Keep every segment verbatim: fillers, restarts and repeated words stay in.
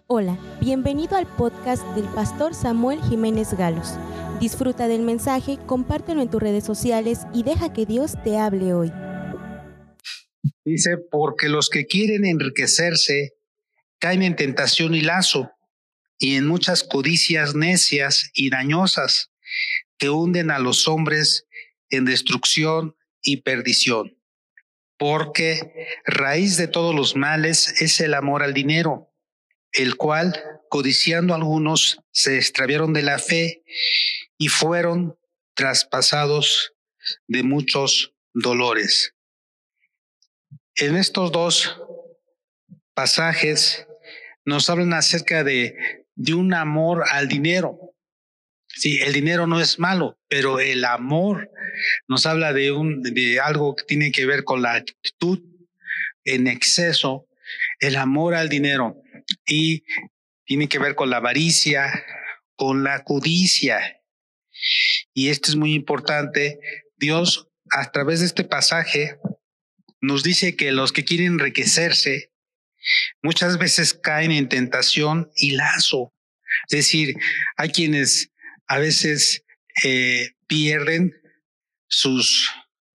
Hola, bienvenido al podcast del pastor Samuel Jiménez Galos. Disfruta del mensaje, compártelo en tus redes sociales y deja que Dios te hable hoy. Dice, porque los que quieren enriquecerse caen en tentación y lazo, y en muchas codicias necias y dañosas que hunden a los hombres en destrucción y perdición. Porque raíz de todos los males es el amor al dinero, el cual, codiciando algunos, se extraviaron de la fe y fueron traspasados de muchos dolores. En estos dos pasajes nos hablan acerca de, de un amor al dinero. Sí, el dinero no es malo, pero el amor nos habla de, un, de algo que tiene que ver con la actitud en exceso, el amor al dinero, y tiene que ver con la avaricia, con la codicia. Y esto es muy importante. Dios, a través de este pasaje, nos dice que los que quieren enriquecerse muchas veces caen en tentación y lazo. Es decir, hay quienes a veces eh, pierden sus,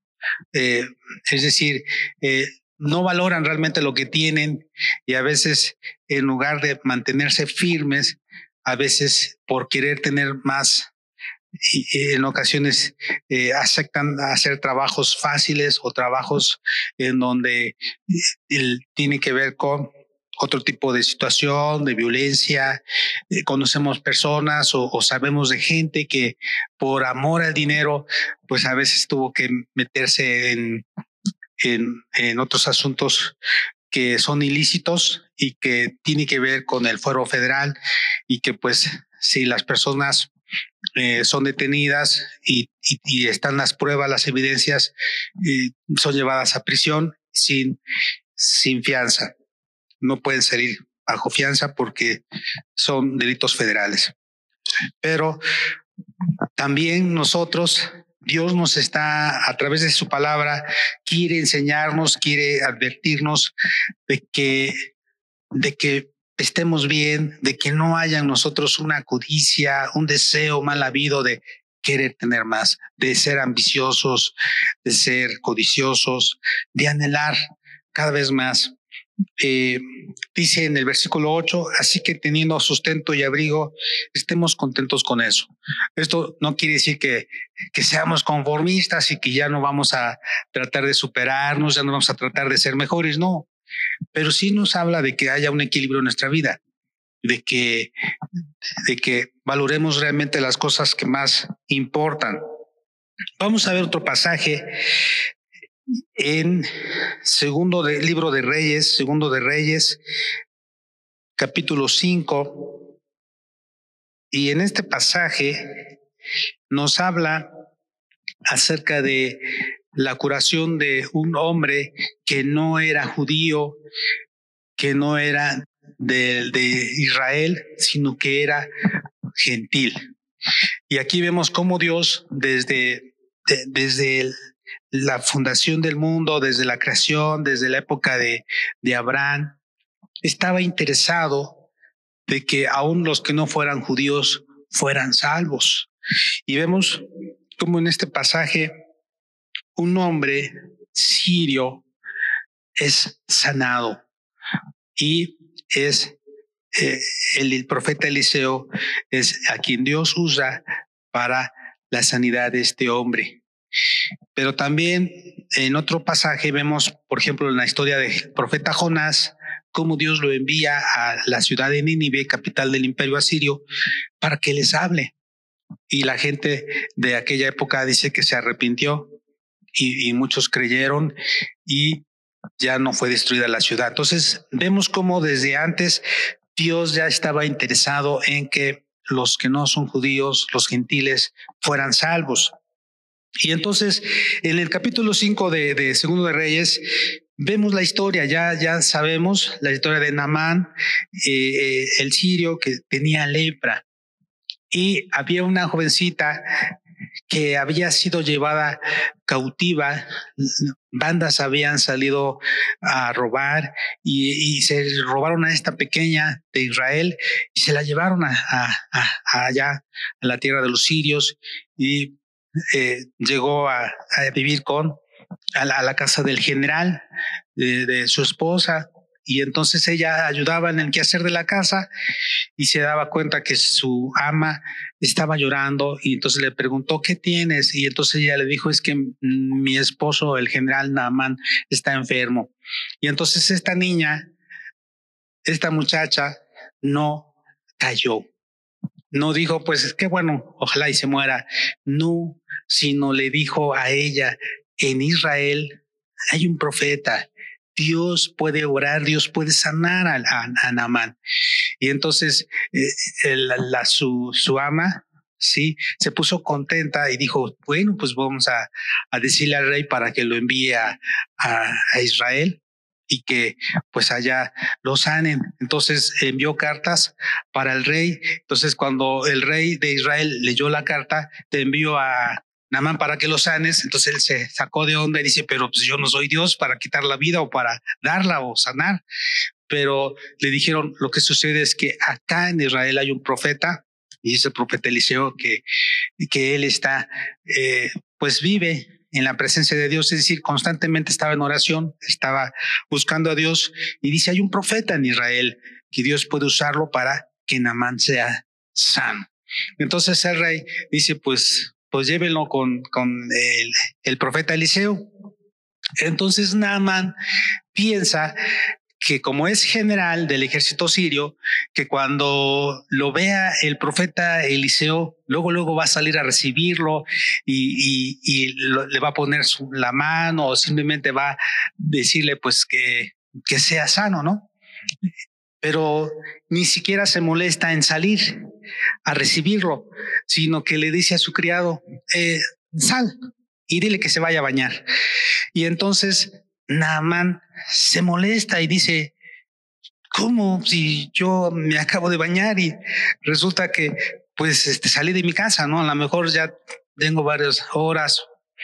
eh, es decir, eh, no valoran realmente lo que tienen, y a veces, en lugar de mantenerse firmes, a veces por querer tener más, y en ocasiones eh, aceptan hacer trabajos fáciles o trabajos en donde el, tiene que ver con otro tipo de situación, de violencia. Eh, conocemos personas o, o sabemos de gente que por amor al dinero, pues a veces tuvo que meterse en, en, en otros asuntos que son ilícitos y que tiene que ver con el fuero federal, y que pues si las personas eh, son detenidas y, y, y están las pruebas, las evidencias, eh, son llevadas a prisión sin, sin fianza. No pueden salir bajo fianza porque son delitos federales. Pero también nosotros, Dios nos está, a través de su palabra, quiere enseñarnos, quiere advertirnos de que, de que estemos bien, de que no haya en nosotros una codicia, un deseo mal habido de querer tener más, de ser ambiciosos, de ser codiciosos, de anhelar cada vez más. Eh, dice en el versículo ocho, así que teniendo sustento y abrigo, estemos contentos con eso. Esto no quiere decir que, que seamos conformistas y que ya no vamos a tratar de superarnos, ya no vamos a tratar de ser mejores, no. Pero sí nos habla de que haya un equilibrio en nuestra vida, de que, de que valoremos realmente las cosas que más importan. Vamos a ver otro pasaje en segundo de, libro de Reyes, segundo de Reyes, capítulo cinco, y en este pasaje nos habla acerca de la curación de un hombre que no era judío, que no era de, de Israel, sino que era gentil. Y aquí vemos cómo Dios desde, de, desde el, la fundación del mundo, desde la creación, desde la época de, de Abraham, estaba interesado de que aún los que no fueran judíos fueran salvos. Y vemos cómo en este pasaje un hombre sirio es sanado, y es eh, el, el profeta Eliseo es a quien Dios usa para la sanidad de este hombre. Pero también en otro pasaje vemos, por ejemplo, en la historia del profeta Jonás, cómo Dios lo envía a la ciudad de Nínive, capital del imperio asirio, para que les hable. Y la gente de aquella época dice que se arrepintió, y, y muchos creyeron, y ya no fue destruida la ciudad. Entonces vemos cómo desde antes Dios ya estaba interesado en que los que no son judíos, los gentiles, fueran salvos. Y entonces en el capítulo cinco de, de Segundo de Reyes vemos la historia, ya, ya sabemos la historia de Naamán, eh, el sirio que tenía lepra, y había una jovencita que había sido llevada cautiva, bandas habían salido a robar y, y se robaron a esta pequeña de Israel y se la llevaron a, a, a allá, a la tierra de los sirios, y eh, llegó a, a vivir con a la, a la casa del general de, de su esposa. Y entonces ella ayudaba en el quehacer de la casa y se daba cuenta que su ama estaba llorando y entonces le preguntó, ¿qué tienes? Y entonces ella le dijo, es que mi esposo, el general Naamán, está enfermo. Y entonces esta niña, esta muchacha, no cayó. No dijo, pues qué bueno, ojalá y se muera. No, sino le dijo a ella, en Israel hay un profeta. Dios puede orar, Dios puede sanar a, a, a Naamán. Y entonces eh, la, la, su, su ama, sí, se puso contenta y dijo, bueno, pues vamos a, a decirle al rey para que lo envíe a, a, a Israel y que pues allá lo sanen. Entonces envió cartas para el rey. Entonces cuando el rey de Israel leyó la carta, te envió a Naamán para que lo sanes. Entonces él se sacó de onda y dice, pero pues yo no soy Dios para quitar la vida o para darla o sanar. Pero le dijeron, lo que sucede es que acá en Israel hay un profeta, y es el profeta Eliseo, que, que él está, eh, pues vive en la presencia de Dios, es decir, constantemente estaba en oración, estaba buscando a Dios, y dice, hay un profeta en Israel que Dios puede usarlo para que Naamán sea sano. Entonces el rey dice, pues, pues llévenlo con, con el, el profeta Eliseo. Entonces Naamán piensa que como es general del ejército sirio, que cuando lo vea el profeta Eliseo, luego luego va a salir a recibirlo y, y, y lo, le va a poner su, la mano o simplemente va a decirle pues que, que sea sano, ¿no? Pero ni siquiera se molesta en salir a recibirlo, sino que le dice a su criado, eh, sal y dile que se vaya a bañar. Y entonces Naamán se molesta y dice, ¿cómo si yo me acabo de bañar y resulta que pues este, salí de mi casa, ¿no? A lo mejor ya tengo varias horas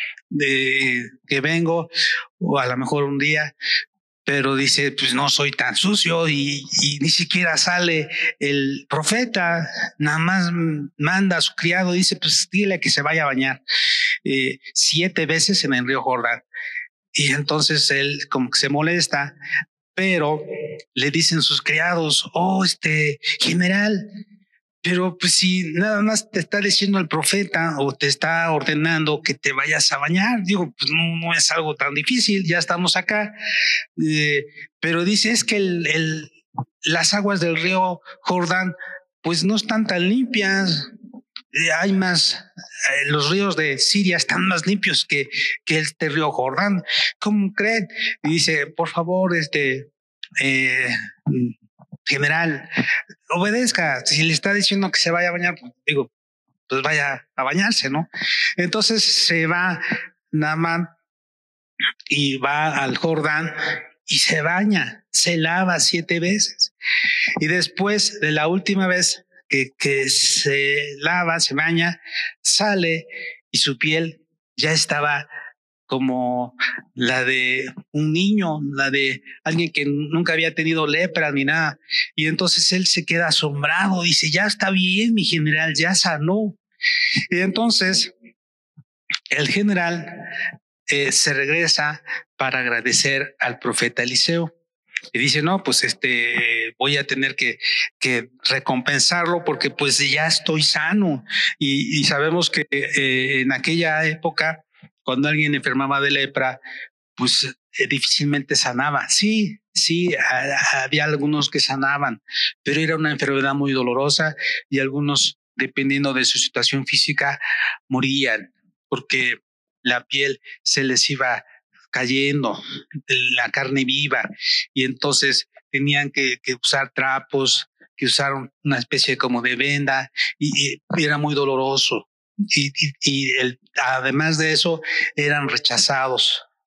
de que vengo o a lo mejor un día, pero dice, pues no soy tan sucio y, y ni siquiera sale el profeta, nada más manda a su criado, dice, pues dile que se vaya a bañar eh, siete veces en el río Jordán. Y entonces él como que se molesta, pero le dicen sus criados, oh, este general, pero pues si nada más te está diciendo el profeta o te está ordenando que te vayas a bañar, digo, pues no, no es algo tan difícil, ya estamos acá. Eh, pero dice, es que el, el, las aguas del río Jordán pues no están tan limpias. Hay más, eh, los ríos de Siria están más limpios que, que este río Jordán. ¿Cómo creen? Y dice, por favor, este eh, general, obedezca. Si le está diciendo que se vaya a bañar, pues, digo, pues vaya a bañarse, ¿no? Entonces se va Naamán y va al Jordán y se baña, se lava siete veces. Y después de la última vez Que, que se lava, se baña, sale y su piel ya estaba como la de un niño, la de alguien que nunca había tenido lepra ni nada. Y entonces él se queda asombrado, dice, ya está bien, mi general, ya sanó. Y entonces el general eh, se regresa para agradecer al profeta Eliseo. Y dice, no, pues este, voy a tener que, que recompensarlo porque pues ya estoy sano. Y, y sabemos que eh, en aquella época, cuando alguien enfermaba de lepra, pues eh, difícilmente sanaba. Sí, sí, a, había algunos que sanaban, pero era una enfermedad muy dolorosa y algunos, dependiendo de su situación física, morían porque la piel se les iba cayendo, la carne viva, y entonces tenían que, que usar trapos, que usar una especie como de venda, y, y era muy doloroso. Y, y, y el, además de eso, eran rechazados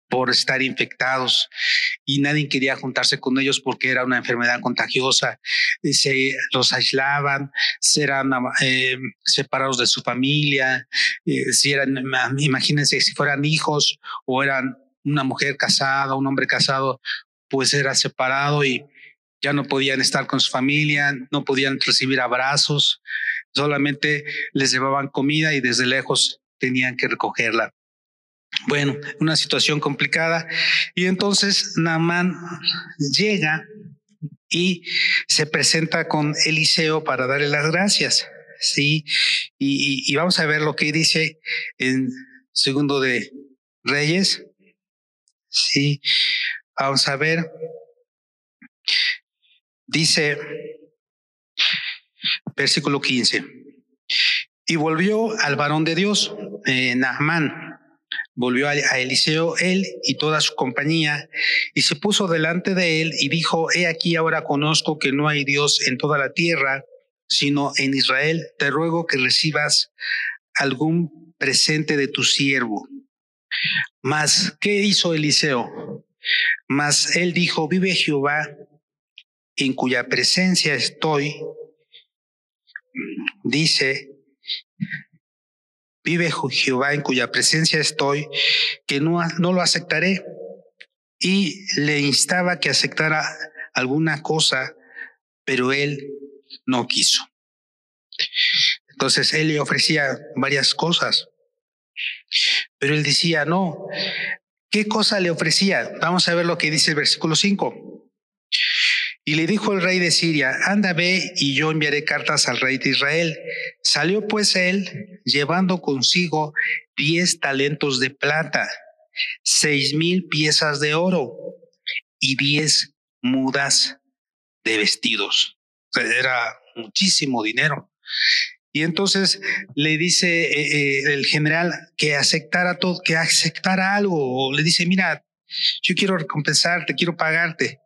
por estar infectados y nadie quería juntarse con ellos porque era una enfermedad contagiosa. Se los aislaban, eran eh, separados de su familia. Eh, si eran, imagínense, si fueran hijos o eran una mujer casada, un hombre casado, pues era separado y ya no podían estar con su familia, no podían recibir abrazos, solamente les llevaban comida y desde lejos tenían que recogerla. Bueno, una situación complicada. Y entonces Naamán llega y se presenta con Eliseo para darle las gracias. Sí, y, y, y vamos a ver lo que dice en Segundo de Reyes. Sí, vamos a ver. Dice, versículo quince. Y volvió al varón de Dios, eh, Naamán. Volvió a Eliseo él y toda su compañía y se puso delante de él y dijo: he aquí ahora conozco que no hay Dios en toda la tierra, sino en Israel. Te ruego que recibas algún presente de tu siervo. Mas, ¿qué hizo Eliseo? Mas él dijo: vive Jehová, en cuya presencia estoy. Dice: vive Jehová, en cuya presencia estoy, que no, no lo aceptaré. Y le instaba que aceptara alguna cosa, pero él no quiso. Entonces él le ofrecía varias cosas, pero él decía no. ¿Qué cosa le ofrecía? Vamos a ver lo que dice el versículo cinco. Y le dijo el rey de Siria: anda, ve, y yo enviaré cartas al rey de Israel. Salió pues él, llevando consigo diez talentos de plata, seis mil piezas de oro y diez mudas de vestidos. O sea, era muchísimo dinero. Y entonces le dice eh, eh, el general que aceptara todo, que aceptara algo. O le dice: mira, yo quiero recompensarte, quiero pagarte.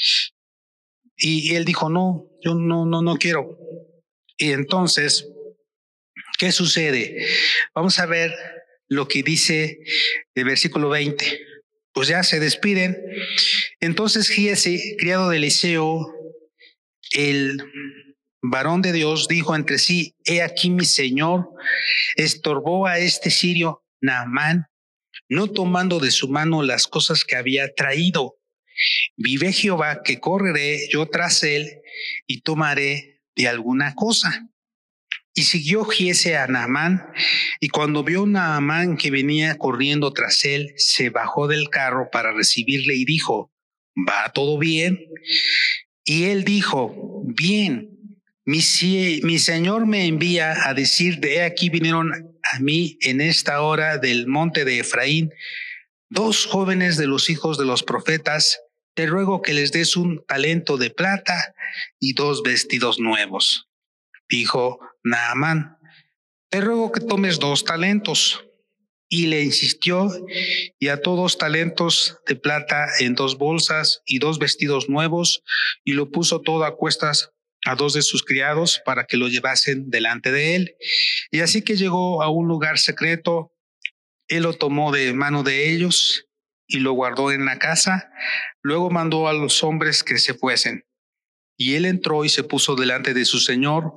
Y él dijo: no, yo no, no, no quiero. Y entonces, ¿qué sucede? Vamos a ver lo que dice el versículo veinte. Pues ya se despiden. Entonces Giezi, criado de Eliseo, el varón de Dios, dijo entre sí: he aquí mi señor estorbó a este sirio Naamán, no tomando de su mano las cosas que había traído. Vive Jehová que correré yo tras él y tomaré de alguna cosa. Y siguió Giezi a Naamán, y cuando vio Naamán que venía corriendo tras él, se bajó del carro para recibirle y dijo: ¿va todo bien? Y él dijo: bien. Mi, mi señor me envía a decir: de aquí vinieron a mí en esta hora del monte de Efraín dos jóvenes de los hijos de los profetas. Te ruego que les des un talento de plata y dos vestidos nuevos. Dijo Naamán: te ruego que tomes dos talentos. Y le insistió, y ató dos talentos de plata en dos bolsas y dos vestidos nuevos, y lo puso todo a cuestas a dos de sus criados para que lo llevasen delante de él. Y así que llegó a un lugar secreto, él lo tomó de mano de ellos y lo guardó en la casa. Luego mandó a los hombres que se fuesen. Y él entró y se puso delante de su señor.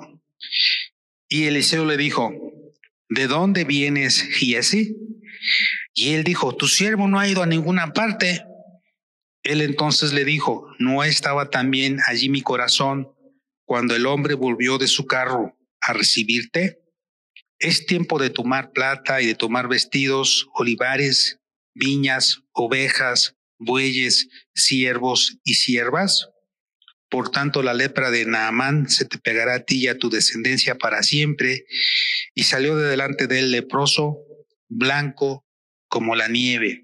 Y Eliseo le dijo: ¿de dónde vienes, Giezi? Y él dijo: tu siervo no ha ido a ninguna parte. Él entonces le dijo: ¿no estaba también allí mi corazón cuando el hombre volvió de su carro a recibirte? Es tiempo de tomar plata y de tomar vestidos, olivares, viñas, ovejas, bueyes, siervos y siervas. Por tanto, la lepra de Naamán se te pegará a ti y a tu descendencia para siempre. Y salió de delante de él leproso, blanco como la nieve.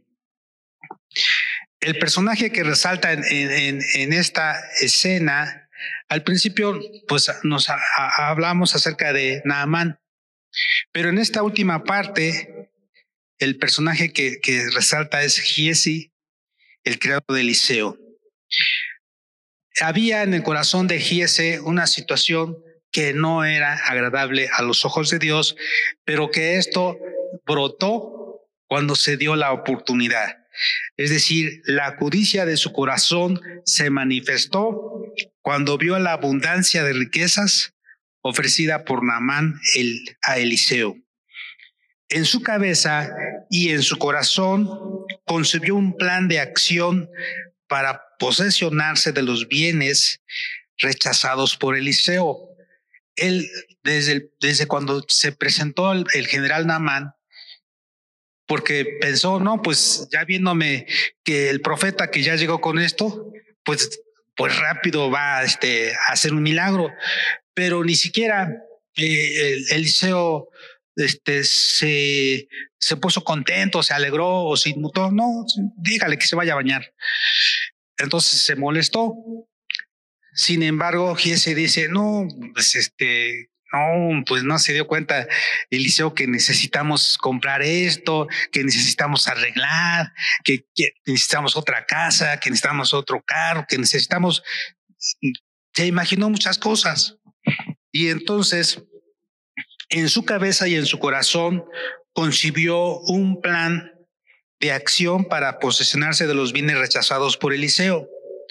El personaje que resalta en, en, en esta escena, al principio pues nos a, a, hablamos acerca de Naamán, pero en esta última parte el personaje que, que resalta es Giezi, el criado de Eliseo. Había en el corazón de Giezi una situación que no era agradable a los ojos de Dios, pero que esto brotó cuando se dio la oportunidad. Es decir, la codicia de su corazón se manifestó cuando vio la abundancia de riquezas ofrecida por Naamán el, a Eliseo. En su cabeza y en su corazón concibió un plan de acción para posesionarse de los bienes rechazados por Eliseo. Él, desde, el, desde cuando se presentó el, el general Naamán, porque pensó, no, pues ya viéndome que el profeta que ya llegó con esto, pues, pues rápido va este, a hacer un milagro. Pero ni siquiera eh, el, Eliseo este, se, se puso contento, se alegró o se inmutó. No, dígale que se vaya a bañar. Entonces se molestó. Sin embargo, Giese dice, no, pues este, no, pues no se dio cuenta Eliseo que necesitamos comprar esto, que necesitamos arreglar, que, que necesitamos otra casa, que necesitamos otro carro, que necesitamos, se imaginó muchas cosas. Y entonces, en su cabeza y en su corazón, concibió un plan de acción para posesionarse de los bienes rechazados por Eliseo.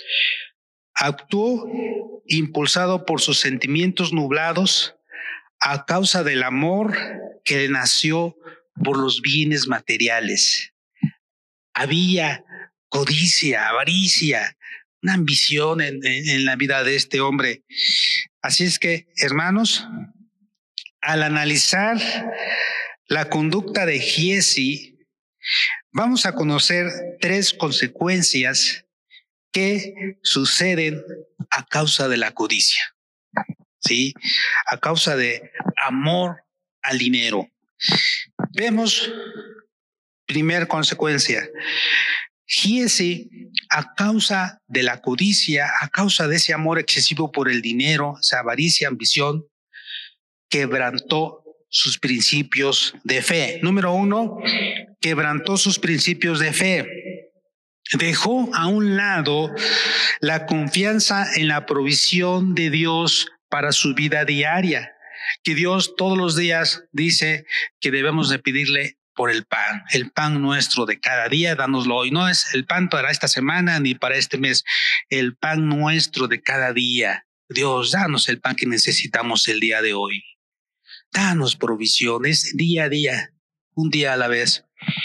Actuó impulsado por sus sentimientos nublados a causa del amor que le nació por los bienes materiales. Había codicia, avaricia, una ambición en, en, en la vida de este hombre. Así es que, hermanos, al analizar la conducta de Giezi, vamos a conocer tres consecuencias que suceden a causa de la codicia, ¿sí? A causa de amor al dinero. Vemos, primer consecuencia, Giezi, a causa de la codicia, a causa de ese amor excesivo por el dinero, esa avaricia, ambición, quebrantó sus principios de fe. Número uno, quebrantó sus principios de fe. Dejó a un lado la confianza en la provisión de Dios para su vida diaria, que Dios todos los días dice que debemos de pedirle por el pan, el pan nuestro de cada día, dánoslo hoy. No es el pan para esta semana ni para este mes, el pan nuestro de cada día. Dios, danos el pan que necesitamos el día de hoy. Danos provisiones día a día, un día a la vez.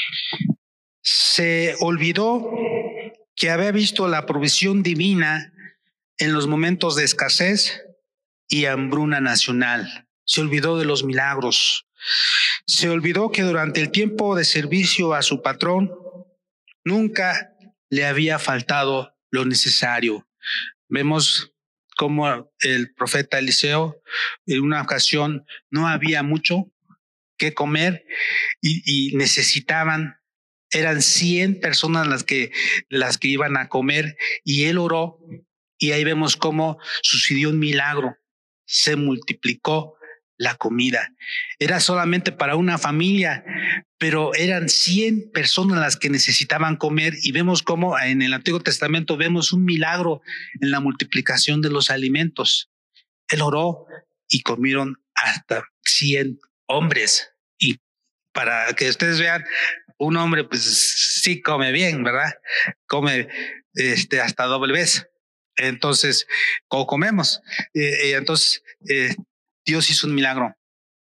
Se olvidó que había visto la provisión divina en los momentos de escasez y hambruna nacional. Se olvidó de los milagros. Se olvidó que durante el tiempo de servicio a su patrón nunca le había faltado lo necesario. Vemos cómo el profeta Eliseo en una ocasión no había mucho que comer y, y necesitaban. Eran cien personas las que, las que iban a comer y él oró y ahí vemos cómo sucedió un milagro. Se multiplicó la comida. Era solamente para una familia, pero eran cien personas las que necesitaban comer y vemos cómo en el Antiguo Testamento vemos un milagro en la multiplicación de los alimentos. Él oró y comieron hasta cien hombres. Y para que ustedes vean, un hombre pues sí come bien, ¿verdad? Come este, hasta doble vez. Entonces, ¿cómo comemos? Eh, eh, entonces, eh, Dios hizo un milagro.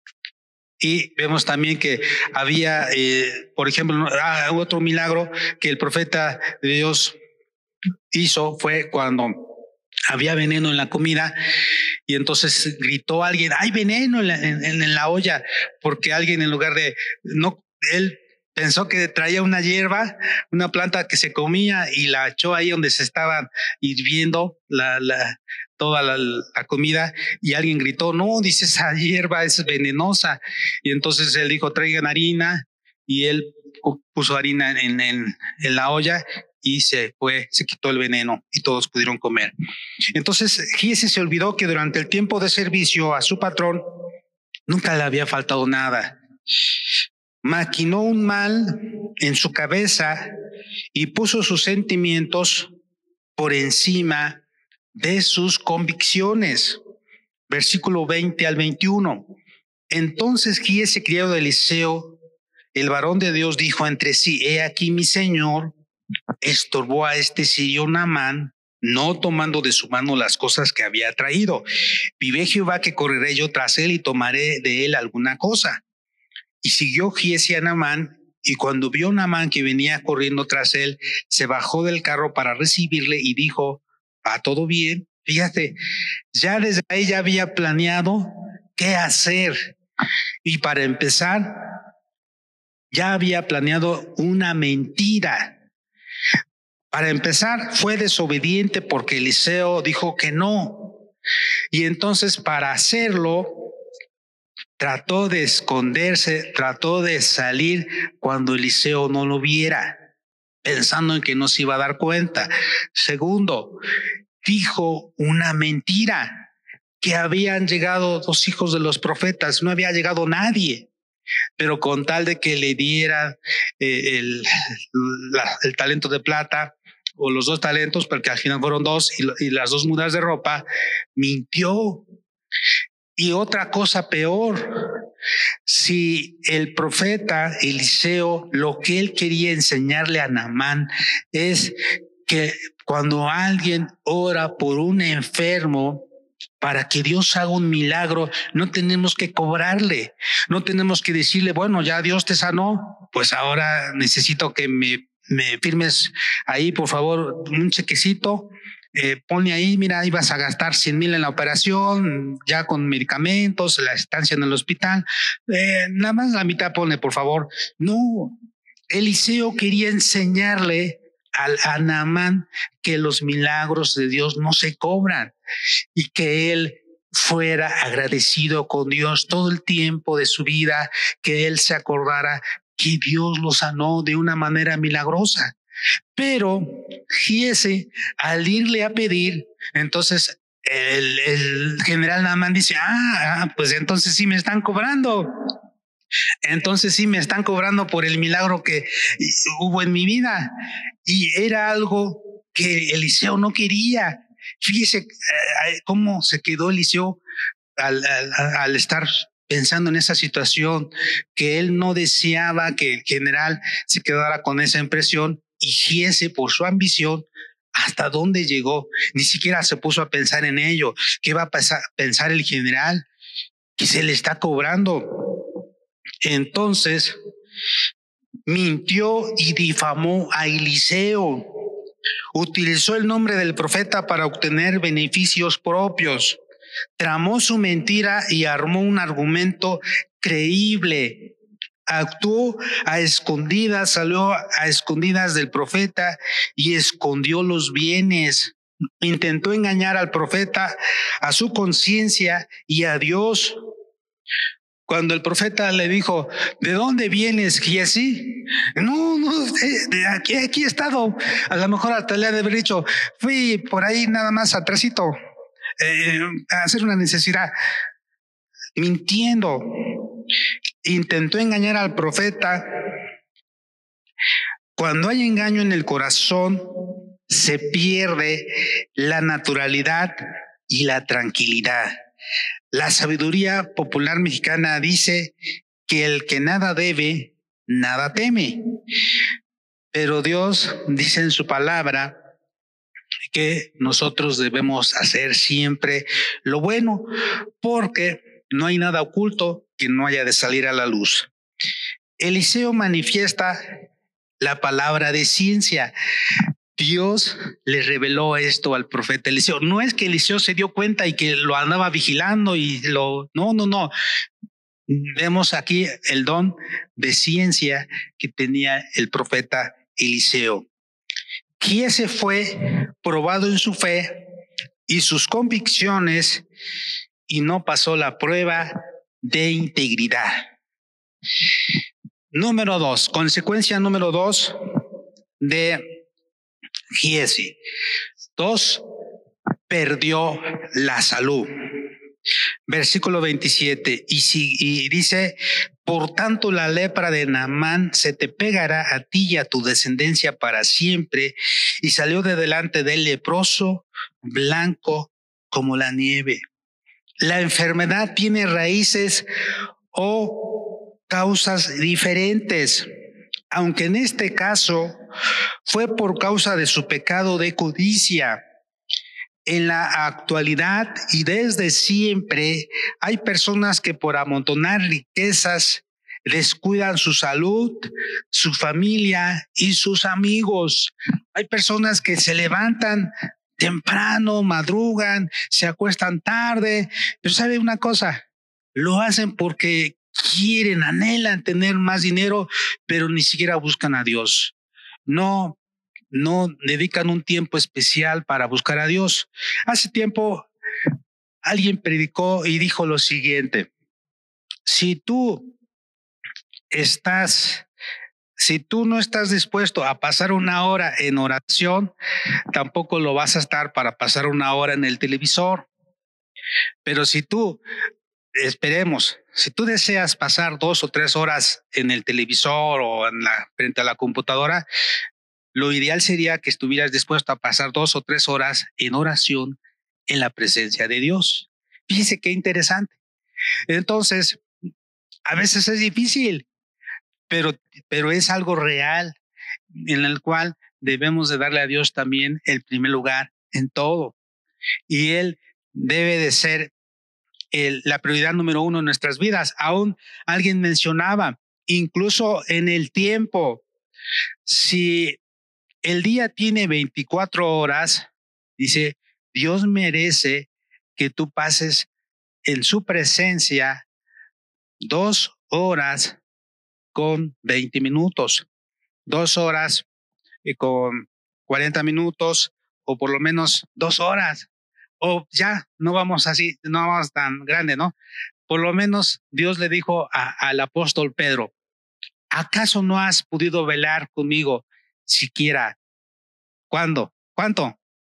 Y vemos también que había, eh, por ejemplo, ah, otro milagro que el profeta de Dios hizo fue cuando había veneno en la comida y entonces gritó alguien, hay veneno en la, en, en la olla, porque alguien en lugar de, no, él pensó que traía una hierba, una planta que se comía y la echó ahí donde se estaba hirviendo la, la, toda la, la comida y alguien gritó, no, dice esa hierba es venenosa. Y entonces él dijo, traigan harina y él puso harina en, en, en la olla y se fue, se quitó el veneno y todos pudieron comer. Entonces Giezi se olvidó que durante el tiempo de servicio a su patrón nunca le había faltado nada. Maquinó un mal en su cabeza y puso sus sentimientos por encima de sus convicciones. Versículo veinte al veintiuno. Entonces Giezi, criado de Eliseo, el varón de Dios, dijo entre sí, he aquí mi señor estorbó a este sirio Naamán, no tomando de su mano las cosas que había traído. Vive Jehová que correré yo tras él y tomaré de él alguna cosa. Y siguió Giezi a Naamán, y cuando vio Naamán que venía corriendo tras él, se bajó del carro para recibirle y dijo: ¿va todo bien? Fíjate, ya desde ahí ya había planeado qué hacer. Y para empezar, ya había planeado una mentira. Para empezar, fue desobediente porque Eliseo dijo que no. Y entonces, para hacerlo, trató de esconderse, trató de salir cuando Eliseo no lo viera, pensando en que no se iba a dar cuenta. Segundo, dijo una mentira, que habían llegado dos hijos de los profetas, no había llegado nadie. Pero con tal de que le diera eh, el, la, el talento de plata o los dos talentos, porque al final fueron dos, y, y las dos mudas de ropa, mintió. Y otra cosa peor, si el profeta Eliseo, lo que él quería enseñarle a Naamán es que cuando alguien ora por un enfermo, para que Dios haga un milagro, no tenemos que cobrarle, no tenemos que decirle, bueno, ya Dios te sanó, pues ahora necesito que me, me firmes ahí, por favor, un chequecito, eh, ponle ahí, mira, ahí vas a gastar cien mil en la operación, ya con medicamentos, la estancia en el hospital, eh, nada más la mitad ponle, por favor. No, Eliseo quería enseñarle a, a Naamán que los milagros de Dios no se cobran, y que él fuera agradecido con Dios todo el tiempo de su vida, que él se acordara que Dios lo sanó de una manera milagrosa. Pero Giezi, al irle a pedir, entonces el, el general Naamán dice, ah, pues entonces sí me están cobrando. Entonces sí me están cobrando por el milagro que hubo en mi vida. Y era algo que Eliseo no quería. Fíjese eh, cómo se quedó Eliseo al, al, al estar pensando en esa situación, que él no deseaba que el general se quedara con esa impresión, y Giezi, por su ambición, hasta dónde llegó, ni siquiera se puso a pensar en ello. ¿Qué va a pasar, pensar el general? Que se le está cobrando. Entonces mintió y difamó a Eliseo. Utilizó el nombre del profeta para obtener beneficios propios. Tramó su mentira y armó un argumento creíble. Actuó a escondidas, salió a escondidas del profeta y escondió los bienes. Intentó engañar al profeta, a su conciencia y a Dios. Cuando el profeta le dijo, ¿de dónde vienes, Giezi? No, no, de aquí, aquí he estado. A lo mejor hasta le ha de haber dicho, fui por ahí nada más atrásito eh, a hacer una necesidad. Mintiendo. Intentó engañar al profeta. Cuando hay engaño en el corazón, se pierde la naturalidad y la tranquilidad. La sabiduría popular mexicana dice que el que nada debe, nada teme. Pero Dios dice en su palabra que nosotros debemos hacer siempre lo bueno, porque no hay nada oculto que no haya de salir a la luz. Eliseo manifiesta la palabra de ciencia. Dios le reveló esto al profeta Eliseo. No es que Eliseo se dio cuenta y que lo andaba vigilando y lo... No, no, no. Vemos aquí el don de ciencia que tenía el profeta Eliseo. Giezi fue probado en su fe y sus convicciones y no pasó la prueba de integridad. Número dos, consecuencia número dos de Giezi. Dos, perdió la salud. Versículo veintisiete, y, si, y dice, por tanto la lepra de Naamán se te pegará a ti y a tu descendencia para siempre. Y salió de delante del leproso, blanco como la nieve. La enfermedad tiene raíces o causas diferentes. aunque en este caso fue por causa de su pecado de codicia. En la actualidad y desde siempre hay personas que por amontonar riquezas descuidan su salud, su familia y sus amigos. Hay personas que se levantan temprano, madrugan, se acuestan tarde, pero ¿sabe una cosa? Lo hacen porque quieren, anhelan tener más dinero, pero ni siquiera buscan a Dios. No no dedican un tiempo especial para buscar a Dios. Hace tiempo alguien predicó y dijo lo siguiente: si tú estás, si tú no estás dispuesto a pasar una hora en oración, tampoco lo vas a estar para pasar una hora en el televisor. Pero si tú, esperemos, si tú deseas pasar dos o tres horas en el televisor o en la, frente a la computadora, lo ideal sería que estuvieras dispuesto a pasar dos o tres horas en oración en la presencia de Dios. Fíjese qué interesante. Entonces, a veces es difícil, pero, pero es algo real en el cual debemos de darle a Dios también el primer lugar en todo. Y Él debe de ser el, la prioridad número uno en nuestras vidas. Aún alguien mencionaba, incluso en el tiempo, si el día tiene veinticuatro horas, dice, Dios merece que tú pases en su presencia dos horas con veinte minutos, dos horas y con cuarenta minutos, o por lo menos dos horas, o ya no vamos así, no vamos tan grande, ¿no? Por lo menos Dios le dijo a, al apóstol Pedro: ¿acaso no has podido velar conmigo siquiera? ¿Cuándo? ¿Cuánto?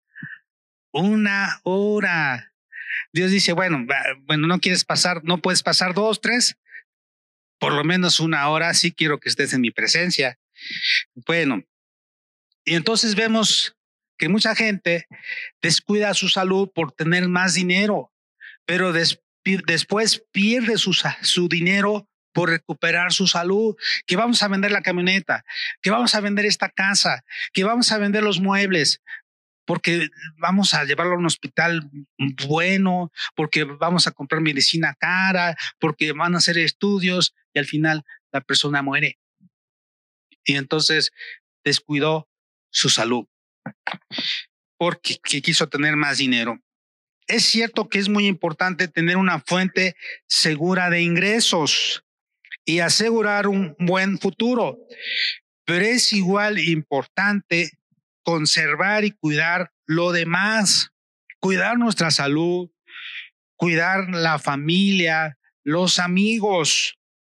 Una hora. Dios dice, bueno, bueno, no quieres pasar, no puedes pasar dos, tres, por lo menos una hora, sí quiero que estés en mi presencia. Bueno, y entonces vemos que mucha gente descuida su salud por tener más dinero, pero des, después pierde su, su dinero por recuperar su salud, que vamos a vender la camioneta, que vamos a vender esta casa, que vamos a vender los muebles, porque vamos a llevarlo a un hospital bueno, porque vamos a comprar medicina cara, porque van a hacer estudios y al final la persona muere. Y entonces descuidó su salud porque que quiso tener más dinero. Es cierto que es muy importante tener una fuente segura de ingresos y asegurar un buen futuro, pero es igual importante conservar y cuidar lo demás, cuidar nuestra salud, cuidar la familia, los amigos.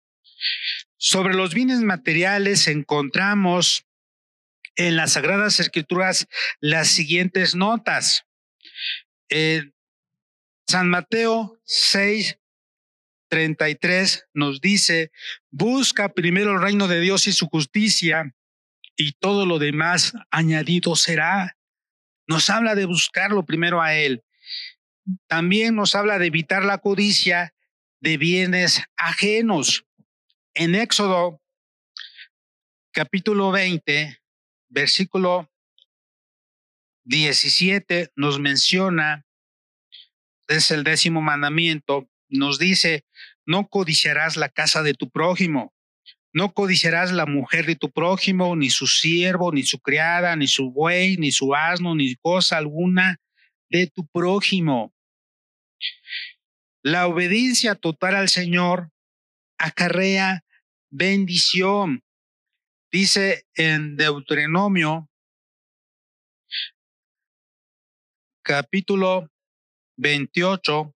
Sobre los bienes materiales encontramos en las Sagradas Escrituras las siguientes notas. Eh, San Mateo seis treinta y tres nos dice: busca primero el reino de Dios y su justicia, y todo lo demás añadido será. Nos habla de buscarlo primero a Él. También nos habla de evitar la codicia de bienes ajenos. En Éxodo capítulo veinte, versículo diecisiete, nos menciona, es el décimo mandamiento, nos dice: no codiciarás la casa de tu prójimo, no codiciarás la mujer de tu prójimo, ni su siervo, ni su criada, ni su buey, ni su asno, ni cosa alguna de tu prójimo. La obediencia total al Señor acarrea bendición. Dice en Deuteronomio capítulo veintiocho,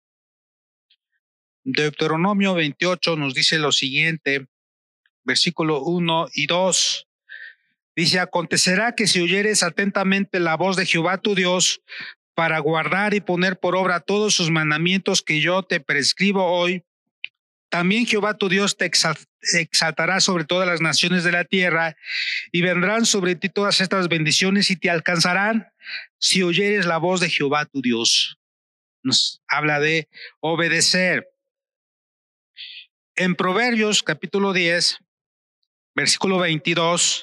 Deuteronomio veintiocho nos dice lo siguiente, versículo uno y dos. Dice: acontecerá que si oyeres atentamente la voz de Jehová tu Dios, para guardar y poner por obra todos sus mandamientos que yo te prescribo hoy, también Jehová tu Dios te exaltará sobre todas las naciones de la tierra, y vendrán sobre ti todas estas bendiciones y te alcanzarán si oyeres la voz de Jehová tu Dios. Nos habla de obedecer. En Proverbios capítulo diez, versículo veintidós,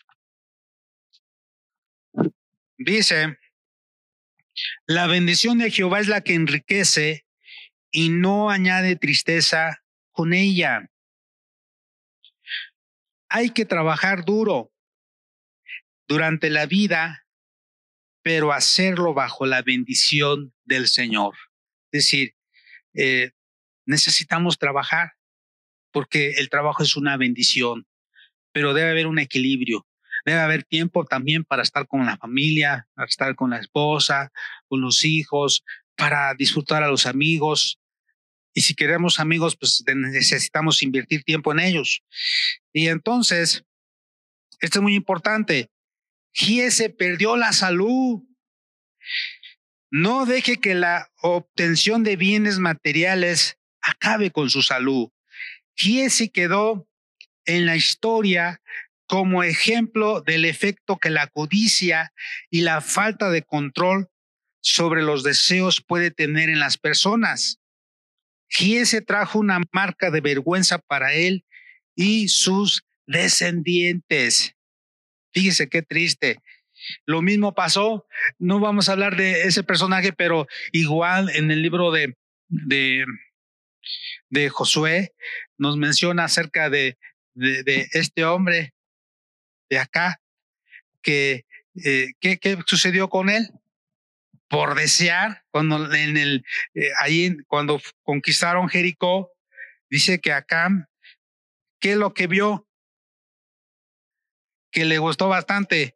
dice: la bendición de Jehová es la que enriquece y no añade tristeza con ella. Hay que trabajar duro durante la vida, pero hacerlo bajo la bendición del Señor. Es decir, eh, necesitamos trabajar porque el trabajo es una bendición, pero debe haber un equilibrio. Debe haber tiempo también para estar con la familia, para estar con la esposa, con los hijos, para disfrutar a los amigos. Y si queremos amigos, pues necesitamos invertir tiempo en ellos. Y entonces, esto es muy importante. Giese perdió la salud. No deje que la obtención de bienes materiales acabe con su salud. Giese quedó en la historia como ejemplo del efecto que la codicia y la falta de control sobre los deseos puede tener en las personas. Giese trajo una marca de vergüenza para él y sus descendientes. Fíjese qué triste. Lo mismo pasó, no vamos a hablar de ese personaje, pero igual en el libro de, de, de Josué nos menciona acerca de, de, de este hombre de acá, que eh, ¿qué, qué sucedió con él? Por desear, cuando en el eh, ahí cuando conquistaron Jericó, dice que Acán, ¿qué es lo que vio? Que le gustó bastante.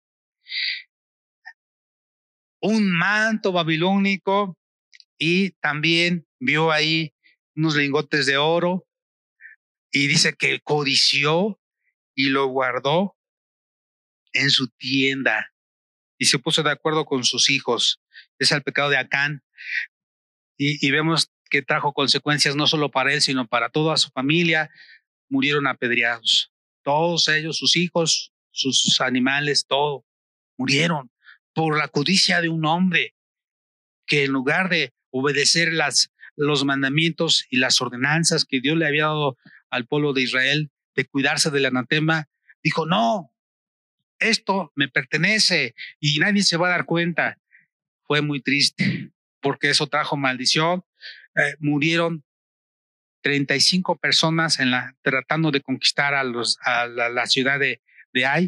Un manto babilónico, y también vio ahí unos lingotes de oro, y dice que codició y lo guardó en su tienda y se puso de acuerdo con sus hijos. Es el pecado de Acán, y, y vemos que trajo consecuencias no solo para él, sino para toda su familia. Murieron apedreados, todos ellos, sus hijos, sus animales, todo murieron por la codicia de un hombre que, en lugar de obedecer las, los mandamientos y las ordenanzas que Dios le había dado al pueblo de Israel de cuidarse del anatema, dijo: no, esto me pertenece y nadie se va a dar cuenta. Fue muy triste porque eso trajo maldición. Eh, murieron treinta y cinco personas en la, tratando de conquistar a, los, a la, la ciudad de, de Ai.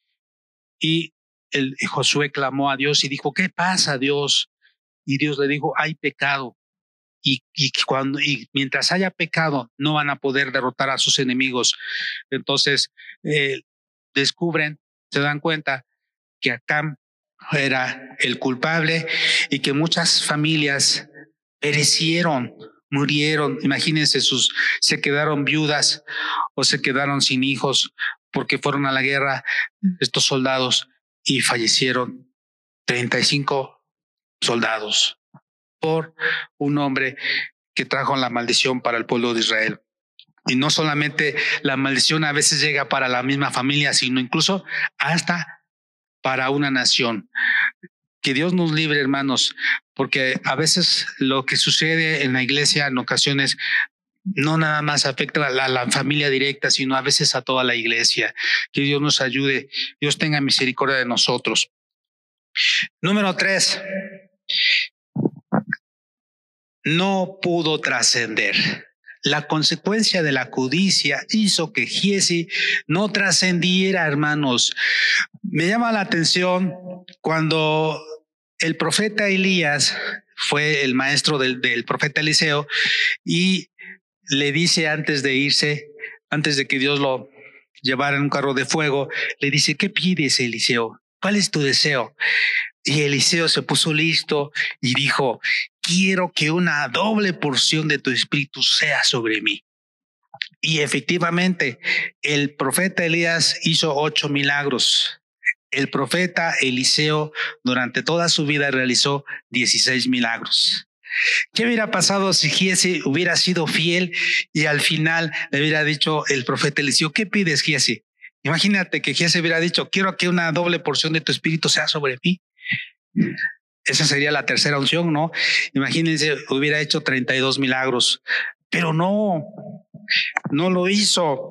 Y el, Josué clamó a Dios y dijo: ¿qué pasa, Dios? Y Dios le dijo: hay pecado. Y, y, cuando, y mientras haya pecado, no van a poder derrotar a sus enemigos. Entonces, eh, descubren, se dan cuenta que Acán era el culpable y que muchas familias perecieron, murieron. Imagínense, sus, se quedaron viudas o se quedaron sin hijos porque fueron a la guerra estos soldados y fallecieron treinta y cinco soldados por un hombre que trajo la maldición para el pueblo de Israel. Y no solamente la maldición a veces llega para la misma familia, sino incluso hasta para una nación. Que Dios nos libre, hermanos, porque a veces lo que sucede en la iglesia en ocasiones no nada más afecta a la, a la familia directa, sino a veces a toda la iglesia. Que Dios nos ayude, Dios tenga misericordia de nosotros. Número tres, no pudo trascender. La consecuencia de la codicia hizo que Giezi no trascendiera, hermanos. Me llama la atención cuando el profeta Elías fue el maestro del, del profeta Eliseo y le dice antes de irse, antes de que Dios lo llevara en un carro de fuego, le dice: ¿qué pides, Eliseo? ¿Cuál es tu deseo? Y Eliseo se puso listo y dijo: quiero que una doble porción de tu espíritu sea sobre mí. Y efectivamente, el profeta Elías hizo ocho milagros. El profeta Eliseo durante toda su vida realizó dieciséis milagros. ¿Qué hubiera pasado si Giezi hubiera sido fiel y al final le hubiera dicho el profeta Eliseo: ¿qué pides, Giezi? Imagínate que Giezi hubiera dicho: quiero que una doble porción de tu espíritu sea sobre mí. Esa sería la tercera unción, ¿no? Imagínense, hubiera hecho treinta y dos milagros, pero no, no lo hizo.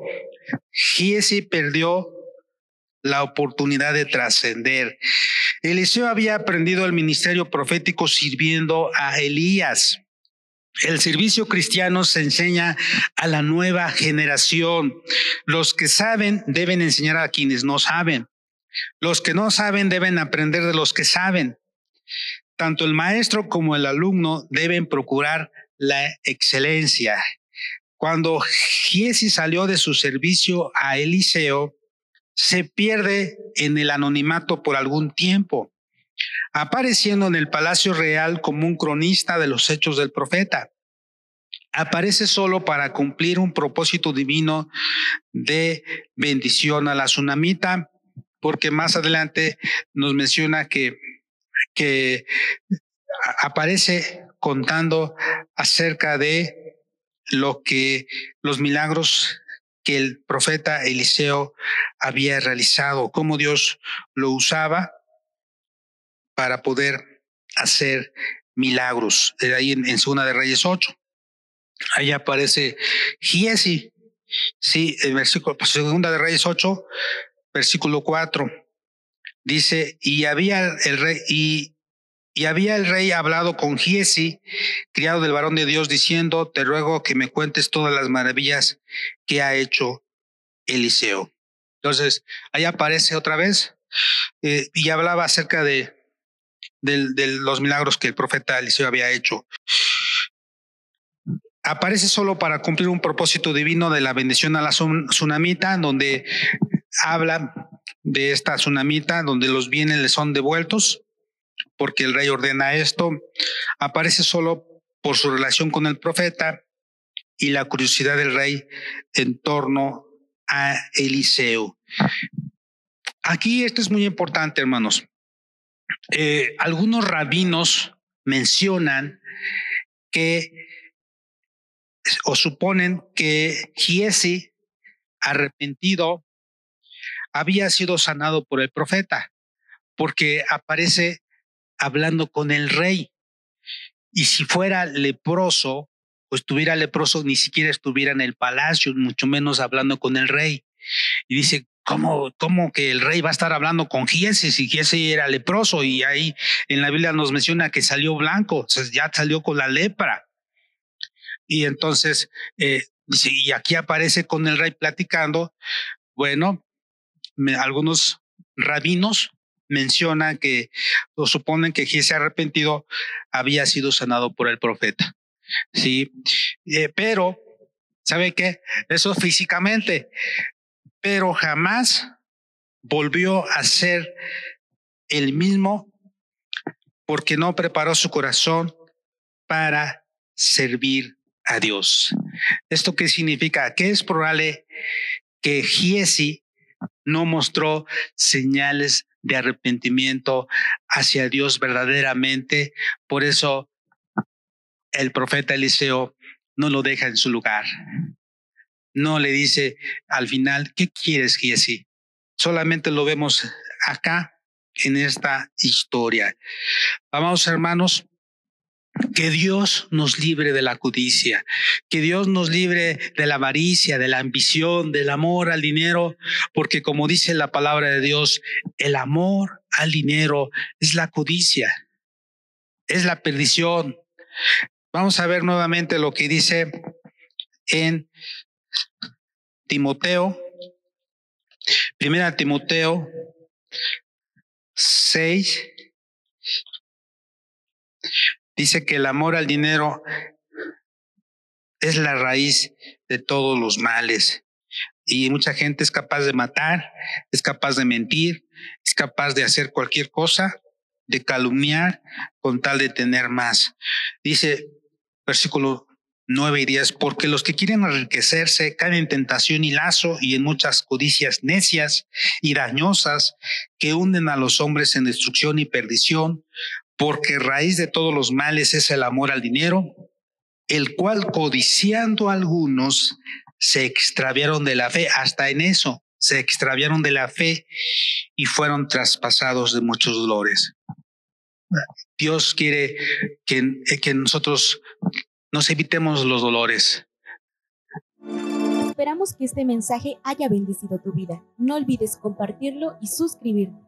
Giezi perdió la oportunidad de trascender. Eliseo había aprendido el ministerio profético sirviendo a Elías. El servicio cristiano se enseña a la nueva generación. Los que saben deben enseñar a quienes no saben. Los que no saben deben aprender de los que saben. Tanto el maestro como el alumno deben procurar la excelencia. Cuando Giezi salió de su servicio a Eliseo, se pierde en el anonimato por algún tiempo, apareciendo en el palacio real como un cronista de los hechos del profeta. Aparece solo para cumplir un propósito divino de bendición a la tsunamita, porque más adelante nos menciona que, que aparece contando acerca de lo que los milagros que el profeta Eliseo había realizado, cómo Dios lo usaba para poder hacer milagros. De ahí en, en Segunda de Reyes ocho. Ahí aparece Giezi, sí, el versículo, Segunda de Reyes ocho, versículo cuatro. Dice, y había el rey, y, y había el rey hablado con Giezi, criado del varón de Dios, diciendo, te ruego que me cuentes todas las maravillas que ha hecho Eliseo. Entonces, ahí aparece otra vez, eh, y hablaba acerca de, de, de los milagros que el profeta Eliseo había hecho. Aparece solo para cumplir un propósito divino de la bendición a la tsunamita, donde habla de esta tsunamita, donde los bienes le son devueltos, porque el rey ordena esto. Aparece solo por su relación con el profeta y la curiosidad del rey en torno a Eliseo. Aquí esto es muy importante, hermanos. Eh, algunos rabinos mencionan que o suponen que Giezi, arrepentido, había sido sanado por el profeta, porque aparece hablando con el rey. Y si fuera leproso, o estuviera leproso, ni siquiera estuviera en el palacio, mucho menos hablando con el rey. Y dice, ¿cómo, cómo que el rey va a estar hablando con Giezi si Giezi era leproso? Y ahí en la Biblia nos menciona que salió blanco, o sea, ya salió con la lepra. Y entonces, eh, dice, y aquí aparece con el rey platicando. Bueno, me, algunos rabinos mencionan que, o suponen que Giezi arrepentido había sido sanado por el profeta. Sí, eh, pero, ¿sabe qué? Eso físicamente, pero jamás volvió a ser el mismo porque no preparó su corazón para servir a Dios. ¿Esto qué significa? Que es probable que Giezi no mostró señales de arrepentimiento hacia Dios verdaderamente. Por eso el profeta Eliseo no lo deja en su lugar. No le dice al final, ¿qué quieres, Giezi? Solamente lo vemos acá en esta historia. Vamos, hermanos, que Dios nos libre de la codicia, que Dios nos libre de la avaricia, de la ambición, del amor al dinero, porque como dice la palabra de Dios, el amor al dinero es la codicia, es la perdición. Vamos a ver nuevamente lo que dice en Timoteo, primera Timoteo seis. Dice que el amor al dinero es la raíz de todos los males. Y mucha gente es capaz de matar, es capaz de mentir, es capaz de hacer cualquier cosa, de calumniar con tal de tener más. Dice versículo nueve y diez, porque los que quieren enriquecerse caen en tentación y lazo y en muchas codicias necias y dañosas que hunden a los hombres en destrucción y perdición, porque raíz de todos los males es el amor al dinero, el cual codiciando algunos se extraviaron de la fe. Hasta en eso se extraviaron de la fe y fueron traspasados de muchos dolores. Dios quiere que, que nosotros nos evitemos los dolores. Esperamos que este mensaje haya bendecido tu vida. No olvides compartirlo y suscribirte.